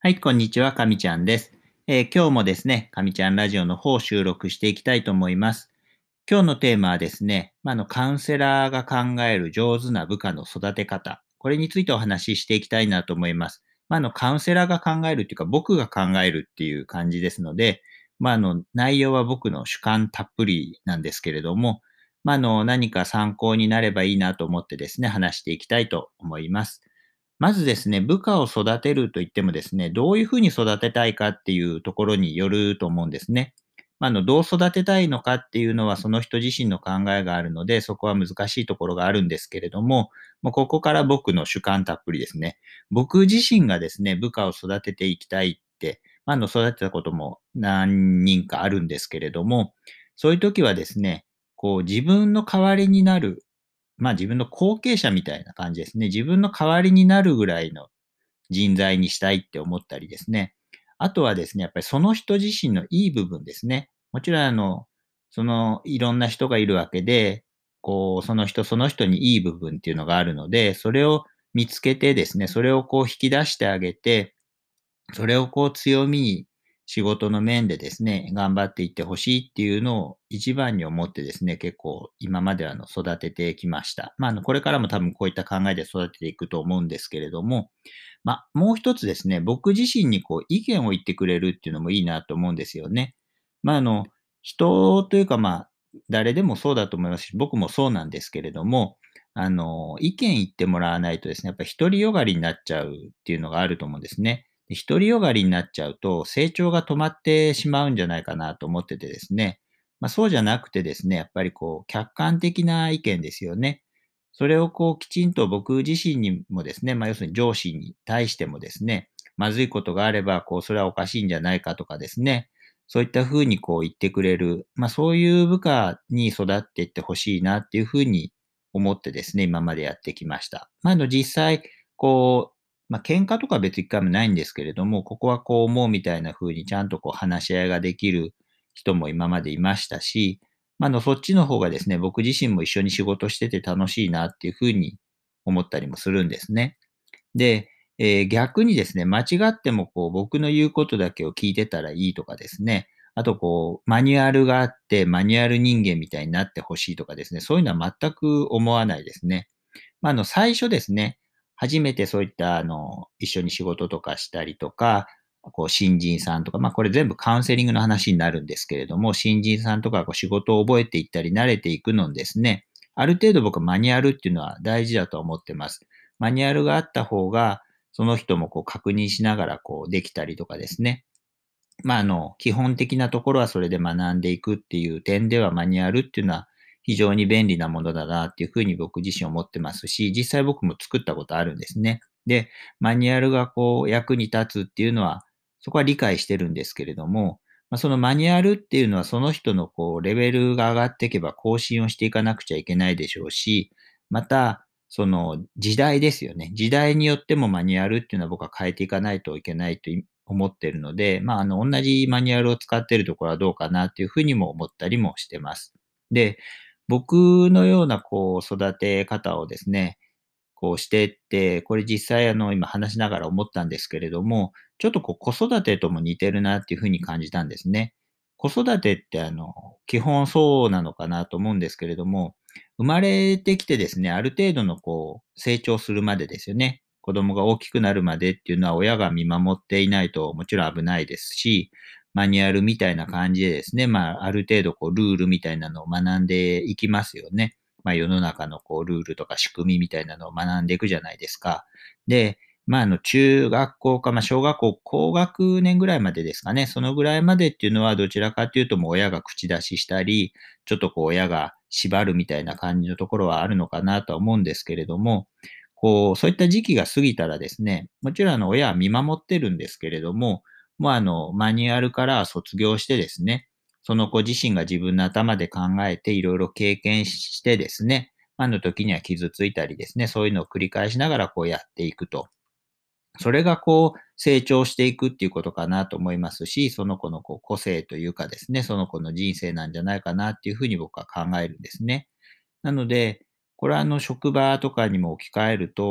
はい、こんにちは、かみちゃんです。今日もですね、かみちゃんラジオの方を収録していきたいと思います。今日のテーマはですね、カウンセラーが考える上手な部下の育て方。これについてお話ししていきたいなと思います。カウンセラーが考えるっていうか、僕が考えるっていう感じですので、内容は僕の主観たっぷりなんですけれども、何か参考になればいいなと思ってですね、話していきたいと思います。まずですね、部下を育てると言ってもですね、どういうふうに育てたいかっていうところによると思うんですね。どう育てたいのかっていうのはその人自身の考えがあるので、そこは難しいところがあるんですけれども、ここから僕の主観たっぷりですね。僕自身がですね、部下を育てていきたいって、育てたことも何人かあるんですけれども、そういう時はですね、自分の代わりになる自分の後継者みたいな感じですね。自分の代わりになるぐらいの人材にしたいって思ったりですね。あとはですね、やっぱりその人自身のいい部分ですね。もちろんいろんな人がいるわけで、その人その人にいい部分っていうのがあるので、それを見つけてですね、それを引き出してあげて、それを強みに仕事の面でですね、頑張っていってほしいっていうのを一番に思ってですね、結構今まで育ててきました。これからも多分こういった考えで育てていくと思うんですけれども、もう一つですね、僕自身に意見を言ってくれるっていうのもいいなと思うんですよね。まあ、あの、人というか誰でもそうだと思いますし、僕もそうなんですけれども、意見言ってもらわないとですね、やっぱ独りよがりになっちゃうっていうのがあると思うんですね。で独りよがりになっちゃうと、成長が止まってしまうんじゃないかなと思っててですね。そうじゃなくてですね、やっぱり客観的な意見ですよね。それをきちんと僕自身にもですね、要するに上司に対してもですね、まずいことがあれば、それはおかしいんじゃないかとかですね、そういったふうに言ってくれる、そういう部下に育っていってほしいなっていうふうに思ってですね、今までやってきました。実際、喧嘩とか別に一回もないんですけれども、ここはこう思うみたいな風にちゃんと話し合いができる人も今までいましたし、そっちの方がですね、僕自身も一緒に仕事してて楽しいなっていう風に思ったりもするんですね。で、逆にですね、間違っても僕の言うことだけを聞いてたらいいとかですね、あとマニュアルがあって、マニュアル人間みたいになってほしいとかですね、そういうのは全く思わないですね。最初ですね、初めてそういった、一緒に仕事とかしたりとか、新人さんとか、これ全部カウンセリングの話になるんですけれども、新人さんとか仕事を覚えていったり慣れていくのにですね、ある程度僕はマニュアルっていうのは大事だと思ってます。マニュアルがあった方が、その人も確認しながらできたりとかですね。基本的なところはそれで学んでいくっていう点ではマニュアルっていうのは非常に便利なものだなっていうふうに僕自身思ってますし、実際僕も作ったことあるんですね。で、マニュアルが役に立つっていうのは、そこは理解してるんですけれども、そのマニュアルっていうのはその人のレベルが上がっていけば更新をしていかなくちゃいけないでしょうし、また、その時代ですよね。時代によってもマニュアルっていうのは僕は変えていかないといけないと思っているので、同じマニュアルを使っているところはどうかなっていうふうにも思ったりもしてます。で、僕のような育て方をですね、してって、これ実際今話しながら思ったんですけれども、ちょっと子育てとも似てるなっていうふうに感じたんですね。子育てって基本そうなのかなと思うんですけれども、生まれてきてですね、ある程度の成長するまでですよね。子供が大きくなるまでっていうのは親が見守っていないともちろん危ないですし、マニュアルみたいな感じでですね、ある程度ルールみたいなのを学んでいきますよね。世の中のルールとか仕組みみたいなのを学んでいくじゃないですか。で、中学校か、小学校高学年ぐらいまでですかね。そのぐらいまでっていうのはどちらかというともう親が口出ししたり、ちょっと親が縛るみたいな感じのところはあるのかなとは思うんですけれども、そういった時期が過ぎたらですね、もちろん親は見守ってるんですけれども、もうマニュアルから卒業してですね、その子自身が自分の頭で考えていろいろ経験してですね、時には傷ついたりですね、そういうのを繰り返しながらやっていくと。それが成長していくっていうことかなと思いますし、その子の個性というかですね、その子の人生なんじゃないかなっていうふうに僕は考えるんですね。なので、これは職場とかにも置き換えると、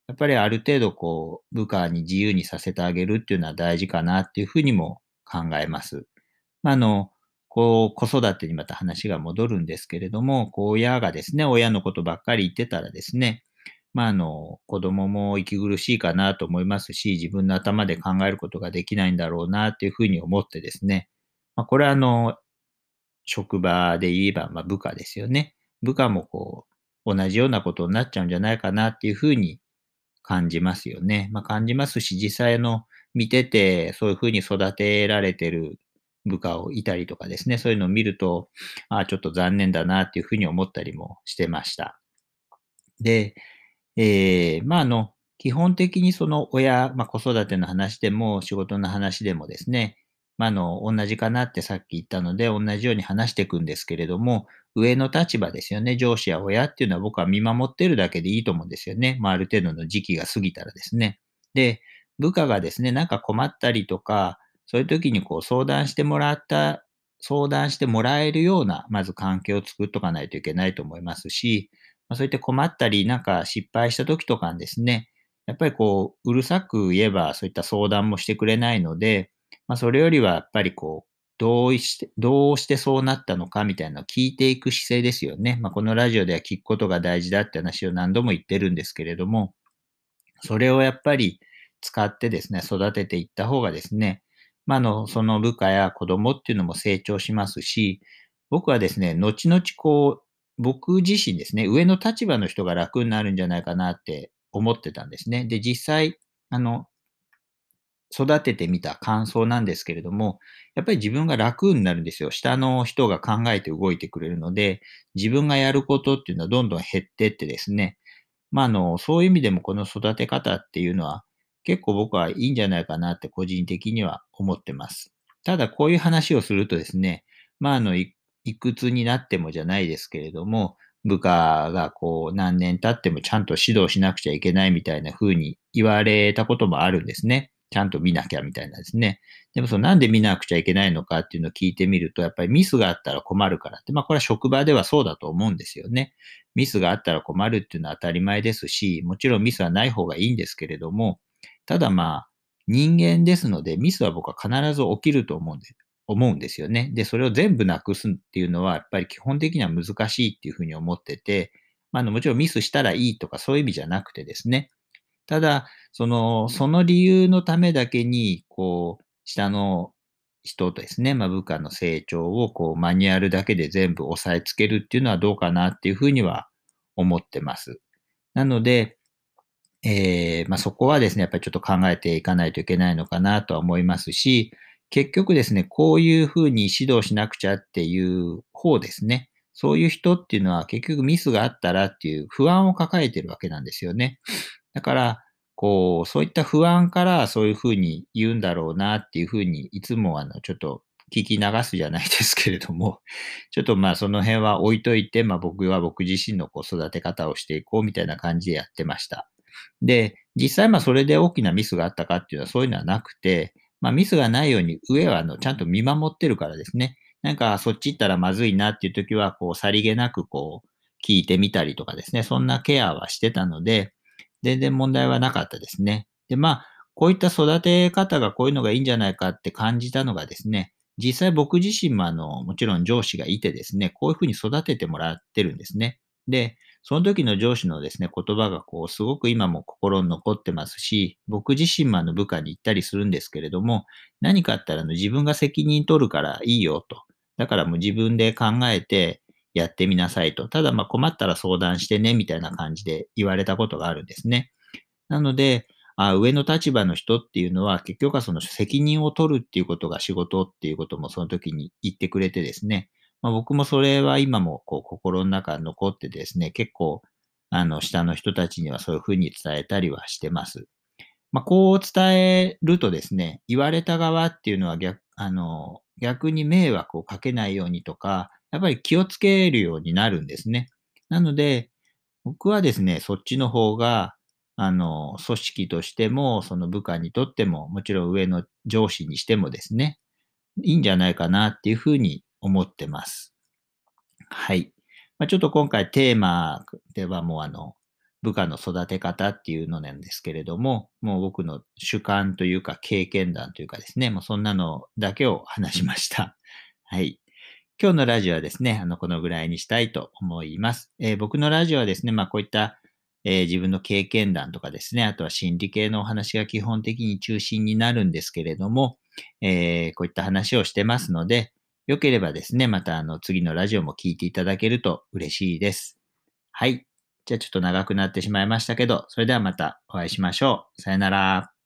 やっぱりある程度部下に自由にさせてあげるっていうのは大事かなっていうふうにも考えます。まあ、子育てにまた話が戻るんですけれども、親がですね、親のことばっかり言ってたらですね、子供も息苦しいかなと思いますし、自分の頭で考えることができないんだろうなっていうふうに思ってですね、これは職場で言えば、部下ですよね。部下も同じようなことになっちゃうんじゃないかなっていうふうに感じますよね。感じますし、実際見てて、そういうふうに育てられてる部下をいたりとかですね、そういうのを見ると、ちょっと残念だなっていうふうに思ったりもしてました。で、基本的にその子育ての話でも仕事の話でもですね、同じかなってさっき言ったので、同じように話していくんですけれども、上の立場ですよね、上司や親っていうのは僕は見守ってるだけでいいと思うんですよね。ある程度の時期が過ぎたらですね。で、部下がですね、なんか困ったりとか、そういう時に相談してもらえるような、まず環境を作っとかないといけないと思いますし、そういった困ったり、なんか失敗した時とかにですね、やっぱりうるさく言えば、そういった相談もしてくれないので、それよりはやっぱりどうしてそうなったのかみたいなのを聞いていく姿勢ですよね。このラジオでは聞くことが大事だって話を何度も言ってるんですけれども、それをやっぱり使ってですね、育てていった方がですね、その部下や子供っていうのも成長しますし、僕はですね、後々僕自身ですね、上の立場の人が楽になるんじゃないかなって思ってたんですね。で、実際、あの、育ててみた感想なんですけれども、やっぱり自分が楽になるんですよ。下の人が考えて動いてくれるので、自分がやることっていうのはどんどん減ってってですね、そういう意味でもこの育て方っていうのは、結構僕はいいんじゃないかなって個人的には思ってます。ただこういう話をするとですね、いくつになってもじゃないですけれども、部下が何年経ってもちゃんと指導しなくちゃいけないみたいな風に言われたこともあるんですね。ちゃんと見なきゃみたいなですね。でもなんで見なくちゃいけないのかっていうのを聞いてみると、やっぱりミスがあったら困るからって、これは職場ではそうだと思うんですよね。ミスがあったら困るっていうのは当たり前ですし、もちろんミスはない方がいいんですけれども、ただ人間ですので、ミスは僕は必ず起きると思うんですよね。で、それを全部なくすっていうのは、やっぱり基本的には難しいっていうふうに思ってて、もちろんミスしたらいいとかそういう意味じゃなくてですね、ただ、その理由のためだけに、下の人とですね、部下の成長をマニュアルだけで全部押さえつけるっていうのはどうかなっていうふうには思ってます。なので、そこはですね、やっぱりちょっと考えていかないといけないのかなとは思いますし、結局ですね、こういうふうに指導しなくちゃっていう方ですね。そういう人っていうのは結局ミスがあったらっていう不安を抱えてるわけなんですよね。だから、そういった不安からそういうふうに言うんだろうなっていうふうに、いつもちょっと聞き流すじゃないですけれども、ちょっとその辺は置いといて、僕は僕自身の育て方をしていこうみたいな感じでやってました。で、実際それで大きなミスがあったかっていうのはそういうのはなくて、ミスがないように上はちゃんと見守ってるからですね。なんかそっち行ったらまずいなっていう時は、さりげなく聞いてみたりとかですね、そんなケアはしてたので、全然問題はなかったですね。で、こういった育て方がこういうのがいいんじゃないかって感じたのがですね、実際僕自身ももちろん上司がいてですね、こういうふうに育ててもらってるんですね。で、その時の上司のですね、言葉がすごく今も心に残ってますし、僕自身も部下に言ったりするんですけれども、何かあったら自分が責任取るからいいよと。だからもう自分で考えてやってみなさいと。ただ困ったら相談してね、みたいな感じで言われたことがあるんですね。なので、上の立場の人っていうのは、結局はその責任を取るっていうことが仕事っていうこともその時に言ってくれてですね、僕もそれは今も心の中に残ってですね、結構、下の人たちにはそういうふうに伝えたりはしてます。こう伝えるとですね、言われた側っていうのは逆に迷惑をかけないようにとか、やっぱり気をつけるようになるんですね。なので、僕はですね、そっちの方が、組織としても、その部下にとっても、もちろん上の上司にしてもですね、いいんじゃないかなっていうふうに思ってます。はい。ちょっと今回テーマではもう部下の育て方っていうのなんですけれども、もう僕の主観というか経験談というかですね、もうそんなのだけを話しました。はい。今日のラジオはですね、このぐらいにしたいと思います。僕のラジオはですね、こういった、自分の経験談とかですね、あとは心理系のお話が基本的に中心になるんですけれども、こういった話をしてますので、よければですね、また次のラジオも聞いていただけると嬉しいです。はい。じゃあちょっと長くなってしまいましたけど、それではまたお会いしましょう。さよなら。